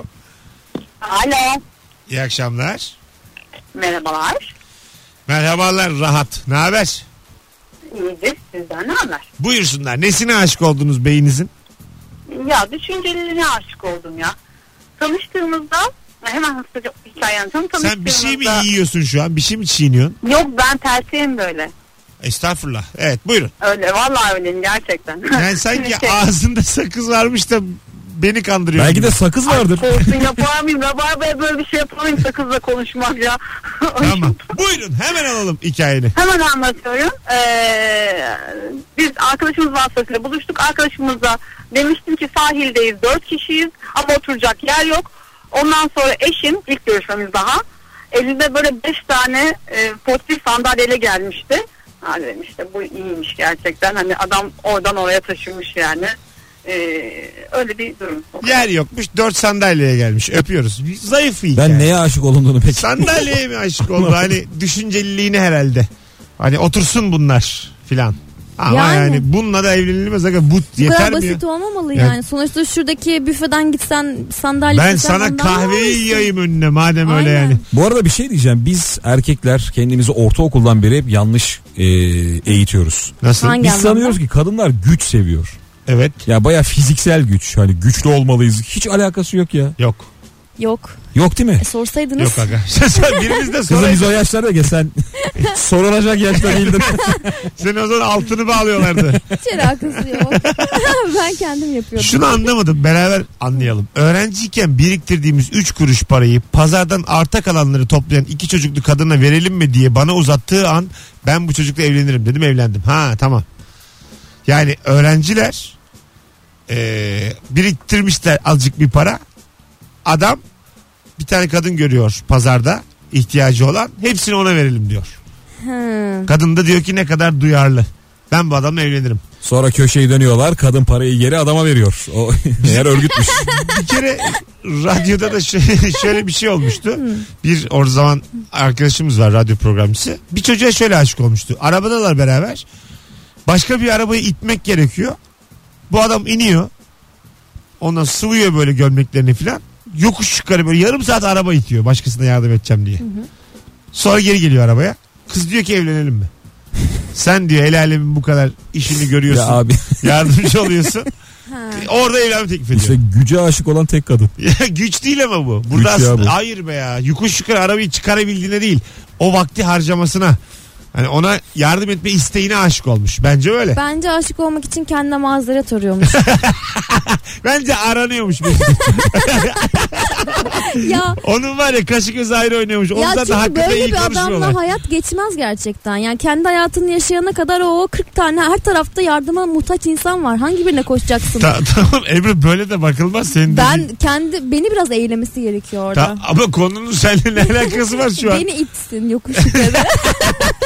Speaker 5: Alo.
Speaker 2: İyi akşamlar.
Speaker 5: Merhabalar.
Speaker 2: Merhabalar, rahat. Ne haber?
Speaker 5: İyidir. Sizden ne haber?
Speaker 2: Buyursunlar. Nesine aşık oldunuz beyinizin?
Speaker 5: Ya düşüncelerine aşık oldum ya. Tanıştığımızda hemen hızlıca hikaye anlatıyorum.
Speaker 2: Sen bir şey mi
Speaker 5: Tanıştığımızda-
Speaker 2: yiyorsun şu an? Bir şey mi çiğniyorsun?
Speaker 5: Yok, ben tersiyim böyle.
Speaker 2: Estağfurullah. Evet, buyurun.
Speaker 5: Öyle, vallahi öyleyim gerçekten.
Speaker 2: Yani sanki
Speaker 5: Şey-
Speaker 2: ağzında sakız varmış da beni kandırıyor.
Speaker 4: Belki de sakız vardır.
Speaker 5: Olsun, yapar mıyım? Rabarba'ya böyle bir şey yapar mıyım? Sakızla konuşmak ya.
Speaker 2: Tamam. Buyurun, hemen alalım hikayeni.
Speaker 5: Hemen anlatıyorum. Ee, biz arkadaşımız vasıtasıyla buluştuk. Arkadaşımızla demiştim ki sahildeyiz, dört kişiyiz ama oturacak yer yok. Ondan sonra eşim, ilk görüşmemiz daha, elinde böyle beş tane e, portif sandalyeyle gelmişti. Ha dedim işte bu iyiymiş gerçekten. Hani adam oradan oraya taşımış yani. Ee, öyle bir durum.
Speaker 2: Yer yokmuş, dört sandalyeye gelmiş. Öpüyoruz. Zayıf bir hikaye.
Speaker 4: Ben neye aşık olunduğunu pek.
Speaker 2: Sandalyeye mi aşık oldu? Hani düşünceliliğini herhalde. Hani otursun bunlar filan. Ama yani,
Speaker 3: Yani.
Speaker 2: bununla da evlenilmez. Aga, bu
Speaker 3: Bu
Speaker 2: yeter
Speaker 3: kadar
Speaker 2: mi ya?
Speaker 3: basit olmamalı
Speaker 2: Ya-
Speaker 3: yani. Sonuçta şuradaki büfeden gitsen sandalye
Speaker 2: Ben
Speaker 3: gitsen
Speaker 2: sana
Speaker 3: ondan
Speaker 2: kahveyi
Speaker 3: alırsın.
Speaker 2: yiyeyim önüne madem öyle
Speaker 3: Aynen.
Speaker 2: yani.
Speaker 4: Bu arada bir şey diyeceğim. Biz erkekler kendimizi ortaokuldan beri hep yanlış e, eğitiyoruz.
Speaker 2: Nasıl?
Speaker 3: Hangi
Speaker 4: Biz
Speaker 3: anlamda?
Speaker 4: sanıyoruz ki kadınlar güç seviyor.
Speaker 2: Evet.
Speaker 4: Ya baya fiziksel güç. Hani güçlü olmalıyız. Hiç alakası yok ya.
Speaker 2: Yok.
Speaker 3: Yok.
Speaker 4: Yok değil mi?
Speaker 3: E, sorsaydınız.
Speaker 2: Yok aga. Birimiz de
Speaker 4: Kızım
Speaker 2: sonra
Speaker 4: biz o yaşlarda gel sen sorulacak yaşta değildin.
Speaker 2: seni o zaman altını bağlıyorlardı.
Speaker 3: Hiç alakası yok. Ben kendim yapıyordum.
Speaker 2: Şunu anlamadım, beraber anlayalım. Öğrenciyken biriktirdiğimiz üç kuruş parayı pazardan arta kalanları toplayan iki çocuklu kadına verelim mi diye bana uzattığı an ben bu çocukla evlenirim dedim, evlendim. Ha tamam. Yani öğrenciler eee, biriktirmişler azıcık bir para. Adam bir tane kadın görüyor pazarda ihtiyacı olan, hepsini ona verelim diyor.
Speaker 3: Hı.
Speaker 2: Kadın da diyor ki ne kadar duyarlı. Ben bu adamla evlenirim.
Speaker 4: Sonra köşeyi dönüyorlar. Kadın parayı geri adama veriyor. O eğer örgütmüş.
Speaker 2: Bir kere radyoda da şöyle, şöyle bir şey olmuştu. Bir o zaman arkadaşımız var, radyo programcısı. Bir çocuğa şöyle aşık olmuştu. Arabadalar beraber. Başka bir arabayı itmek gerekiyor. Bu adam iniyor. Ondan sıvıyor böyle gömleklerini falan. Yokuş yukarı böyle yarım saat araba itiyor. Başkasına yardım edeceğim diye. Sonra geri geliyor arabaya. Kız diyor ki evlenelim mi? Sen diyor el alemin bu kadar işini görüyorsun.
Speaker 4: Ya abi.
Speaker 2: Yardımcı oluyorsun.
Speaker 3: Ha.
Speaker 2: Orada evlenme teklif ediyor.
Speaker 4: İşte güce aşık olan tek kadın.
Speaker 2: Ya güç değil ama bu. Burada
Speaker 4: Güç ya
Speaker 2: aslında
Speaker 4: bu.
Speaker 2: hayır be ya. Yokuş yukarı arabayı çıkarabildiğine değil. O vakti harcamasına. Hani ona yardım etme isteğine aşık olmuş. Bence öyle.
Speaker 3: Bence aşık olmak için kendine mazeret arıyormuş.
Speaker 2: Bence aranıyormuş.
Speaker 3: ya
Speaker 2: Onun var ya kaşı göz ayrı oynuyormuş.
Speaker 3: ya
Speaker 2: Ondan da
Speaker 3: çünkü
Speaker 2: hakkında
Speaker 3: böyle
Speaker 2: iyi
Speaker 3: bir adamla
Speaker 2: konuşmuyorlar.
Speaker 3: hayat geçmez gerçekten. Yani kendi hayatını yaşayana kadar o kırk tane her tarafta yardıma muhtaç insan var. Hangi birine koşacaksın?
Speaker 2: Ta- tamam Ebru, böyle de bakılmaz senin
Speaker 3: ben
Speaker 2: dediğin.
Speaker 3: kendi beni biraz eğlemesi gerekiyor orada.
Speaker 2: Ta- ama konunun seninle ne alakası var şu an?
Speaker 3: Beni itsin yokuş yukarı.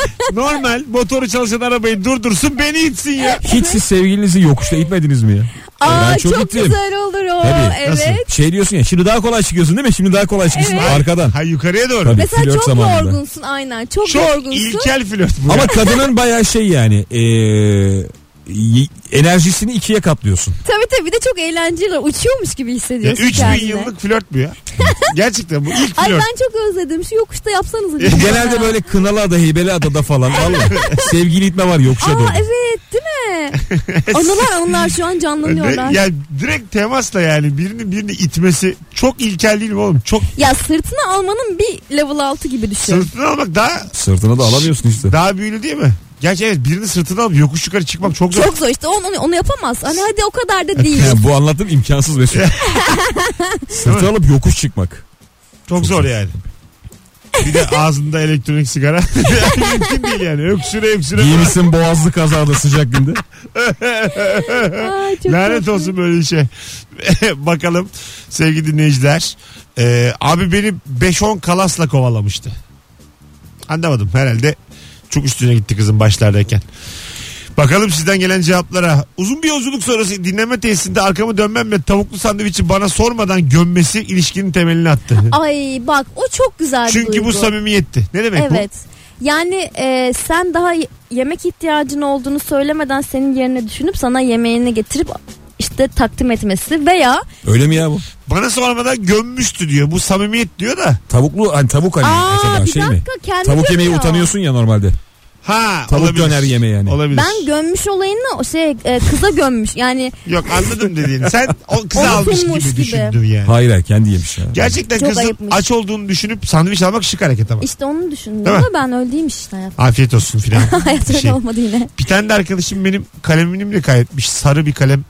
Speaker 2: Normal motoru çalışan arabayı durdursun, beni itsin ya.
Speaker 4: Hiç siz sevgilinizi yokuşta itmediniz mi ya?
Speaker 3: Aa
Speaker 4: Ben çok
Speaker 3: çok,
Speaker 4: gittim.
Speaker 3: güzel olur o.
Speaker 4: Tabii.
Speaker 3: Evet.
Speaker 2: Nasıl?
Speaker 4: Şey diyorsun ya, şimdi daha kolay çıkıyorsun değil mi? Şimdi daha kolay çıkıyorsun
Speaker 3: Evet.
Speaker 4: arkadan.
Speaker 2: Ha yukarıya doğru.
Speaker 4: Tabii.
Speaker 3: Mesela
Speaker 4: Flört
Speaker 3: çok
Speaker 4: zamanında.
Speaker 3: yorgunsun aynen. Çok,
Speaker 2: Çok
Speaker 3: yorgunsun.
Speaker 2: ilkel flört bu.
Speaker 4: Ama
Speaker 2: ya.
Speaker 4: kadının bayağı şey yani e, y- enerjisini ikiye katlıyorsun.
Speaker 3: Tabii tabii, bir de çok eğlenceli. Uçuyormuş gibi
Speaker 2: Ya
Speaker 3: hissediyorsun
Speaker 2: üç bin
Speaker 3: kendini.
Speaker 2: yıllık flört bu ya. Gerçekten bu ilk
Speaker 3: Ay
Speaker 2: flört.
Speaker 3: ben çok özledim. Şu yokuşta yapsanız.
Speaker 4: Bu genelde böyle Kınalıada, Heybeliada'da falan. Vallahi sevgili itme var yokuşa doğru.
Speaker 3: Aa evet değil mi? Anılar anılar şu an canlanıyorlar.
Speaker 2: Ve- Ya direkt temasla yani birini birini itmesi çok ilkel değil mi oğlum? Çok
Speaker 3: Ya sırtına almanın bir level altı gibi düşün.
Speaker 2: sırtını almak daha
Speaker 4: Sırtına da alamıyorsun işte.
Speaker 2: daha büyülü değil mi? Gerçi evet, birini sırtına alıp yokuş yukarı çıkmak çok zor.
Speaker 3: Çok zor işte, onu, onu, onu yapamaz. Hani hadi o kadar da değil.
Speaker 4: Yani bu anlattığım imkansız Mesut. Sırtı alıp yokuş çıkmak.
Speaker 2: Çok zor yani. Bir de ağzında elektronik sigara. Mümkün değil yani. Öksüre öksüre.
Speaker 4: Giymişsin boğazlı kazada sıcak günde.
Speaker 3: Ay, çok
Speaker 2: Lanet
Speaker 3: tatlı.
Speaker 2: olsun böyle işe. Bakalım sevgili dinleyiciler. Ee, abi beni beş on kalasla kovalamıştı. Anlamadım herhalde. Çok üstüne gitti kızın başlardayken. Bakalım sizden gelen cevaplara. Uzun bir yolculuk sonrası dinleme tesisinde arkamı dönmem ve tavuklu sandviçi bana sormadan gömmesi ilişkinin temelini attı.
Speaker 3: Ay bak o çok güzel bir
Speaker 2: Çünkü
Speaker 3: duygu.
Speaker 2: bu samimiyetti. Ne demek
Speaker 3: Evet. Yani e, sen daha y- yemek ihtiyacın olduğunu söylemeden senin yerine düşünüp sana yemeğini getirip işte takdim etmesi veya
Speaker 4: Öyle mi ya bu?
Speaker 2: bu? Bana sormadan gömmüştü diyor. Bu samimiyet diyor da.
Speaker 4: Tavuklu hani tavuk hani
Speaker 3: aa
Speaker 4: mesela
Speaker 3: bir
Speaker 4: şey mi?
Speaker 3: dakika kendi
Speaker 4: Tavuk yemeği
Speaker 3: gömüyor.
Speaker 4: utanıyorsun ya normalde.
Speaker 2: Ha,
Speaker 4: Tavuk
Speaker 2: olabilir.
Speaker 4: döner yeme yani.
Speaker 2: Olabilir.
Speaker 3: Ben gömmüş olayını o şey e, kıza gömmüş yani
Speaker 2: Yok anladım dediğini. Sen o kızı
Speaker 3: Onu
Speaker 2: almış gibi,
Speaker 3: sunmuş gibi.
Speaker 2: düşündün yani.
Speaker 4: Hayır hayır kendi yemiş ya.
Speaker 2: Gerçekten
Speaker 3: Çok
Speaker 2: kızın
Speaker 3: ayıpmış.
Speaker 2: aç olduğunu düşünüp sandviç almak şık hareket ama.
Speaker 3: işte onu düşündüm
Speaker 2: Değil mi?
Speaker 3: ama ben öyle değilmiş işte hayat.
Speaker 2: Afiyet olsun filan.
Speaker 3: Hayat
Speaker 2: bir
Speaker 3: öyle
Speaker 2: şey.
Speaker 3: olmadı yine.
Speaker 2: Bir tane de arkadaşım benim kalemimle kaybetmiş. Sarı bir kalem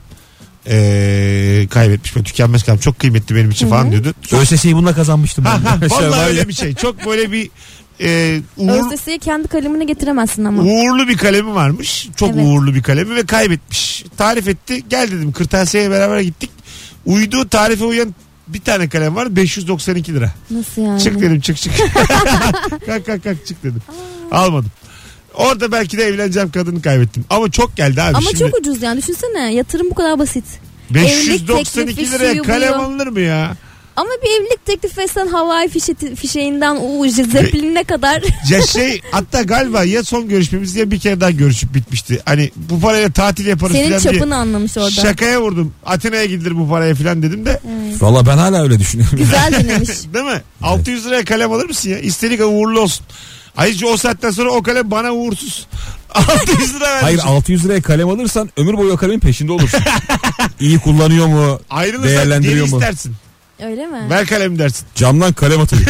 Speaker 2: ee, kaybetmiş. Böyle tükenmez kalem. Çok kıymetli benim için falan diyordu.
Speaker 4: ÖSS'yi bununla kazanmıştım
Speaker 2: Ha,
Speaker 4: ben.
Speaker 2: ha,
Speaker 4: Şey var
Speaker 2: vallahi
Speaker 4: ya.
Speaker 2: öyle bir şey. Çok böyle bir e, uğur,
Speaker 3: ÖSS'ye kendi kalemini getiremezsin ama.
Speaker 2: uğurlu bir kalemi varmış. Çok
Speaker 3: Evet.
Speaker 2: uğurlu bir kalemi ve kaybetmiş. Tarif etti. Gel dedim, kırtasiyeye beraber gittik. Uyduğu tarife uyan bir tane kalem var. beş yüz doksan iki lira.
Speaker 3: Nasıl yani?
Speaker 2: Çık dedim, çık çık. kalk kalk kalk çık dedim. Almadım. Orada belki de evleneceğim kadını kaybettim. Ama çok geldi abi.
Speaker 3: Ama
Speaker 2: Şimdi
Speaker 3: çok ucuz yani, düşünsene yatırım bu kadar basit.
Speaker 2: beş yüz
Speaker 3: evlilik
Speaker 2: doksan iki
Speaker 3: teklifi,
Speaker 2: liraya
Speaker 3: suyu,
Speaker 2: kalem
Speaker 3: buyu.
Speaker 2: alınır mı ya?
Speaker 3: Ama bir evlilik teklifi etsen havai fişe, fişeğinden o zeppelin'e kadar.
Speaker 2: Ya şey, hatta galiba ya son görüşmemiz ya bir kere daha görüşüp bitmişti. Hani bu parayla tatil yaparız
Speaker 3: Senin
Speaker 2: falan diye.
Speaker 3: çapını anlamış orada.
Speaker 2: Şakaya vurdum. Atina'ya gidilir bu paraya falan dedim de.
Speaker 3: Evet.
Speaker 4: Valla ben hala öyle düşünüyorum.
Speaker 3: Güzel denemiş.
Speaker 2: Değil mi? altı yüz liraya kalem alır mısın ya? İstedik uğurlu olsun. Ayrıca o saatten sonra o kalem bana uğursuz. altı yüz lira vermişim.
Speaker 4: Hayır altı yüz liraya kalem alırsan ömür boyu o kalemin peşinde olursun. İyi kullanıyor mu?
Speaker 2: Ayrılırsan geri
Speaker 4: Değerlendiriyor mu?
Speaker 2: istersin.
Speaker 3: Öyle mi?
Speaker 2: Ver kalem dersin.
Speaker 4: Camdan kalem atıyor.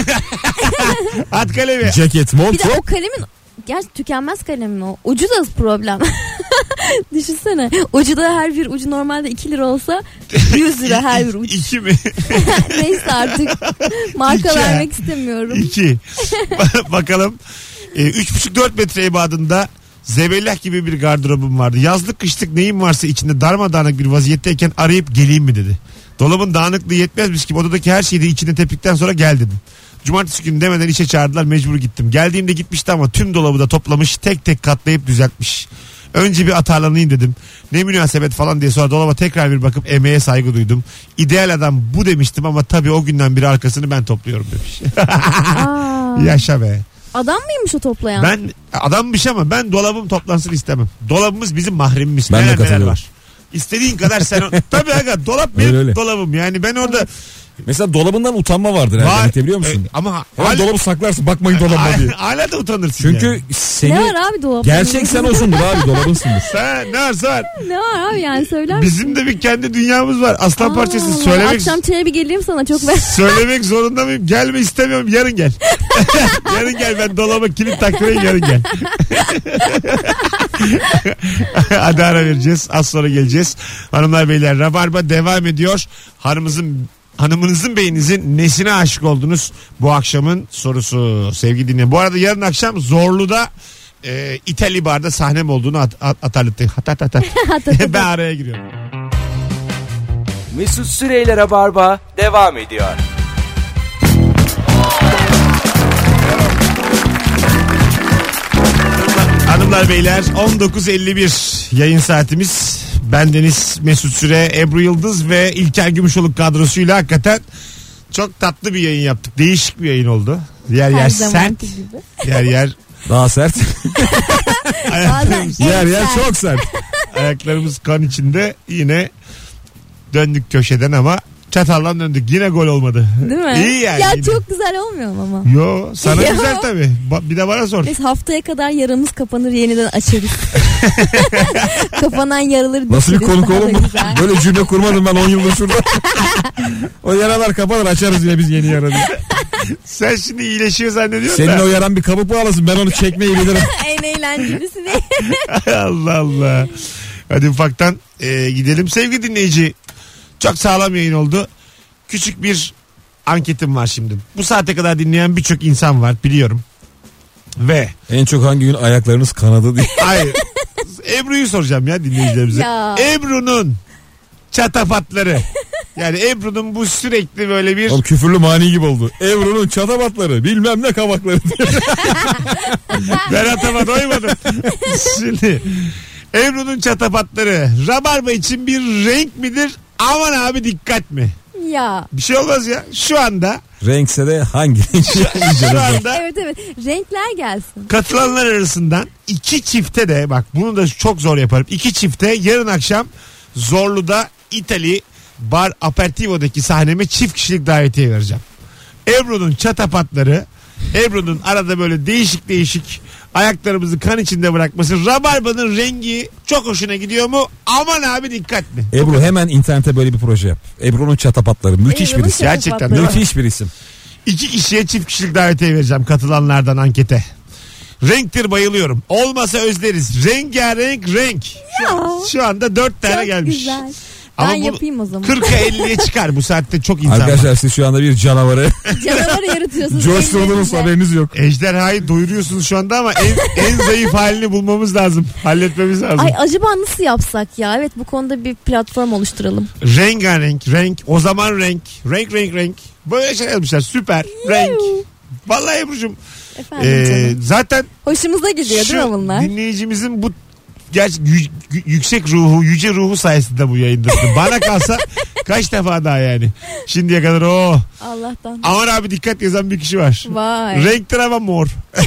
Speaker 2: At kalemi.
Speaker 4: Ceket,
Speaker 3: Bir
Speaker 4: mont.
Speaker 3: de o kalemin gerçi tükenmez kalem mi o? Ucu da problem. Düşünsene. Ucu da her bir ucu normalde iki lira olsa yüz lira her bir ucu.
Speaker 2: İki mi?
Speaker 3: Neyse artık marka
Speaker 2: İki.
Speaker 3: vermek istemiyorum.
Speaker 2: İki. Bakalım. E, üç buçuk dört metre ibadında zebellah gibi bir gardırobum vardı. Yazlık kışlık neyim varsa içinde darmadağınık bir vaziyetteyken arayıp geleyim mi dedi. Dolabın dağınıklığı yetmezmiş gibi odadaki her şeyi de içine teptikten sonra gel dedim. Cumartesi günü demeden işe çağırdılar, mecbur gittim. Geldiğimde gitmişti ama tüm dolabı da toplamış, tek tek katlayıp düzeltmiş. Önce bir atarlanayım dedim. Ne münasebet falan diye sonra dolaba tekrar bir bakıp emeğe saygı duydum. İdeal adam bu demiştim ama tabii o günden beri arkasını ben topluyorum demiş.
Speaker 3: Aa,
Speaker 2: Yaşa be.
Speaker 3: adam mıymış o toplayan?
Speaker 2: Ben adammış ama ben dolabım toplansın istemem. Dolabımız bizim mahremimiz.
Speaker 4: Ben de
Speaker 2: Neler neler
Speaker 4: katılıyorum.
Speaker 2: var. İstediğin kadar sen... Tabii aga, dolap benim
Speaker 4: Öyle öyle.
Speaker 2: dolabım. Yani ben orada...
Speaker 4: Mesela dolabından utanma vardır.
Speaker 2: Var.
Speaker 4: Var. Biliyor musun?
Speaker 2: E, ama
Speaker 4: Hemen
Speaker 2: hala,
Speaker 4: dolabı saklarsın bakmayın dolabıma diye.
Speaker 2: hala da utanırsın
Speaker 4: Çünkü
Speaker 2: yani.
Speaker 4: seni
Speaker 3: Ne var abi dolapta?
Speaker 4: gerçek sen olsundur abi dolabınsındır.
Speaker 2: Sen ne varsa var.
Speaker 3: Ne var abi yani söyler misin?
Speaker 2: Bizim de bir kendi dünyamız var. Aslan
Speaker 3: Aa,
Speaker 2: parçası söylemek...
Speaker 3: Akşam çaya bir geleyim sana çok ver.
Speaker 2: Söylemek zorunda mıyım? Gelme istemiyorum. Yarın gel. Yarın gel, ben dolaba kilit taktırayım, yarın gel. Hadi ara vereceğiz. Az sonra geleceğiz. Hanımlar beyler, Rabarba devam ediyor. Hanımızın Hanımınızın beyninizin nesine aşık oldunuz? Bu akşamın sorusu sevgili dinleyen. Bu arada yarın akşam Zorlu'da e, İtalya Bar'da sahnem olduğunu at, at, atarlıktı. Hat, hat, hat, hat. Ben araya giriyorum.
Speaker 1: Mesut Süreyler'e barba devam ediyor.
Speaker 2: Hanımlar beyler, on dokuz elli bir yayın saatimiz. Bendeniz Mesut Süre, Ebru Yıldız ve İlker Gümüşoluk kadrosuyla hakikaten çok tatlı bir yayın yaptık. Değişik bir yayın oldu. Yer
Speaker 3: Her
Speaker 2: yer
Speaker 3: zamanki
Speaker 2: sert.
Speaker 3: gibi.
Speaker 2: Yer yer
Speaker 4: Daha sert.
Speaker 2: ayaklarımız,
Speaker 4: yer yer
Speaker 3: sert.
Speaker 4: çok sert.
Speaker 2: ayaklarımız kan içinde yine döndük köşeden ama çatallan döndük. Yine gol olmadı.
Speaker 3: Değil mi?
Speaker 2: İyi yani.
Speaker 3: Ya
Speaker 2: yine.
Speaker 3: çok güzel olmuyor mu ama?
Speaker 2: Yo sana
Speaker 3: Yo.
Speaker 2: güzel tabii. Ba- bir de bana sor.
Speaker 3: Biz haftaya kadar yaramız kapanır, yeniden açarız. Kapanan yaraları
Speaker 4: Nasıl bir
Speaker 3: dikeriz,
Speaker 4: konuk
Speaker 3: daha da
Speaker 4: oğlum bu?
Speaker 3: güzel.
Speaker 4: Böyle cümle kurmadım ben on yıldır şurada. O yaralar kapanır, açarız yine biz yeni yara diye.
Speaker 2: Sen şimdi iyileşiyor zannediyorsun
Speaker 4: Senin
Speaker 2: da.
Speaker 4: o yaran bir kabuk bağlasın, ben onu çekmeyi bilirim.
Speaker 3: En eğlencelisi ne?
Speaker 2: Allah Allah. Hadi ufaktan e, gidelim. Sevgili dinleyici, çok sağlam yayın oldu. Küçük bir anketim var şimdi. Bu saate kadar dinleyen birçok insan var biliyorum. Ve
Speaker 4: En çok hangi gün ayaklarınız kanadı diye.
Speaker 2: hayır, Ebru'yu soracağım ya dinleyicilerimize.
Speaker 3: Ya.
Speaker 2: Ebru'nun çatafatları. Yani Ebru'nun bu sürekli böyle bir
Speaker 4: Oğlum küfürlü mani gibi oldu. Ebru'nun çatabatları bilmem ne kabakları diye.
Speaker 2: ben atama doymadım. Şimdi Ebru'nun çatafatları Rabarba için bir renk midir? Aman abi dikkat mi?
Speaker 3: Ya.
Speaker 2: Bir şey olmaz ya. Şu anda
Speaker 4: Renkse de hangi?
Speaker 2: şu anda
Speaker 3: Evet evet. Renkler gelsin.
Speaker 2: katılanlar arasından iki çifte de bak bunu da çok zor yaparım. İki çifte yarın akşam Zorlu'da İtali Bar Aperitivo'daki sahneme çift kişilik davetiye vereceğim. Ebru'nun çatapatları, Ebru'nun arada böyle değişik değişik ayaklarımızı kan içinde bırakması, Rabarba'nın rengi çok hoşuna gidiyor mu? Aman abi dikkat mi?
Speaker 4: Ebru hemen internete böyle bir proje yap. Ebru'nun çatapatları. Müthiş
Speaker 3: Ebru'nun
Speaker 4: bir isim.
Speaker 2: Gerçekten
Speaker 3: çatafatları.
Speaker 2: değil mi?
Speaker 4: Müthiş bir isim.
Speaker 2: İki kişiye çift kişilik davetiye vereceğim katılanlardan ankete. Renktir bayılıyorum. Olmasa özleriz. Rengarenk renk. Şu, an- şu anda dört tane
Speaker 3: Çok
Speaker 2: gelmiş.
Speaker 3: güzel.
Speaker 2: Ama
Speaker 3: Ben
Speaker 2: bunu
Speaker 3: yapayım o zaman.
Speaker 2: kırka elliye çıkar bu saatte çok insan var.
Speaker 4: Arkadaşlar siz şu anda bir canavarı
Speaker 3: Canavarı yaratıyorsunuz.
Speaker 4: coşturdunuz,
Speaker 3: ellerinizle.
Speaker 4: haberiniz yok.
Speaker 2: Ejderhayı doyuruyorsunuz şu anda ama en, en zayıf halini bulmamız lazım. Halletmemiz lazım.
Speaker 3: Ay acaba nasıl yapsak ya? Evet bu konuda bir platform oluşturalım.
Speaker 2: Rengarenk renk. O zaman renk. Renk renk renk. Böyle şey yazmışlar. Süper. Renk. Vallahi Ebru'cum.
Speaker 3: Efendim
Speaker 2: Ee,
Speaker 3: canım.
Speaker 2: zaten
Speaker 3: Hoşumuza gidiyor değil mi
Speaker 2: şu
Speaker 3: bunlar?
Speaker 2: dinleyicimizin bu gerçi yü- yü- yüksek ruhu, yüce ruhu sayesinde bu yayındasın. Bana kalsa kaç defa daha yani. Şimdiye kadar o.
Speaker 3: Allah'tan.
Speaker 2: Aman abi dikkat yazan bir kişi var.
Speaker 3: Vay.
Speaker 2: Renktir ama mor.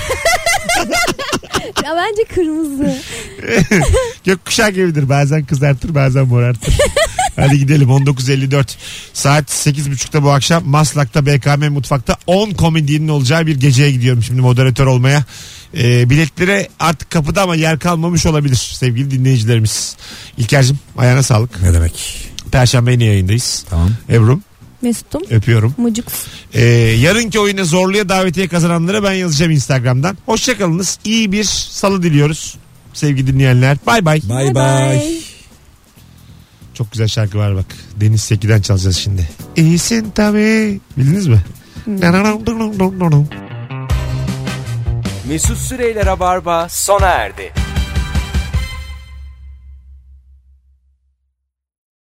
Speaker 3: Ya bence kırmızı.
Speaker 2: Gökkuşağı gibidir. Bazen kızartır bazen morartır. Hadi gidelim on dokuz elli dört. Saat sekiz buçukta bu akşam Maslak'ta B K M Mutfak'ta on komedyenin olacağı bir geceye gidiyorum şimdi moderatör olmaya. Ee, biletlere artık kapıda ama yer kalmamış olabilir sevgili dinleyicilerimiz. İlker'cim ayağına sağlık.
Speaker 4: Ne demek?
Speaker 2: Perşembe yine yayındayız.
Speaker 4: Tamam.
Speaker 2: Ebru'm
Speaker 3: Mesut'um.
Speaker 2: öpüyorum.
Speaker 3: Mucuk.
Speaker 2: Ee, yarınki oyuna Zorlu'ya davetiye kazananlara ben yazacağım Instagram'dan. Hoşçakalınız. İyi bir salı diliyoruz sevgili dinleyenler. Bay bay.
Speaker 4: Bay bay.
Speaker 2: Çok güzel şarkı var bak. Deniz Seki'den çalacağız şimdi. İyisin tabii. Bildiniz mi?
Speaker 1: Mesut Süreyler'e barba sona erdi.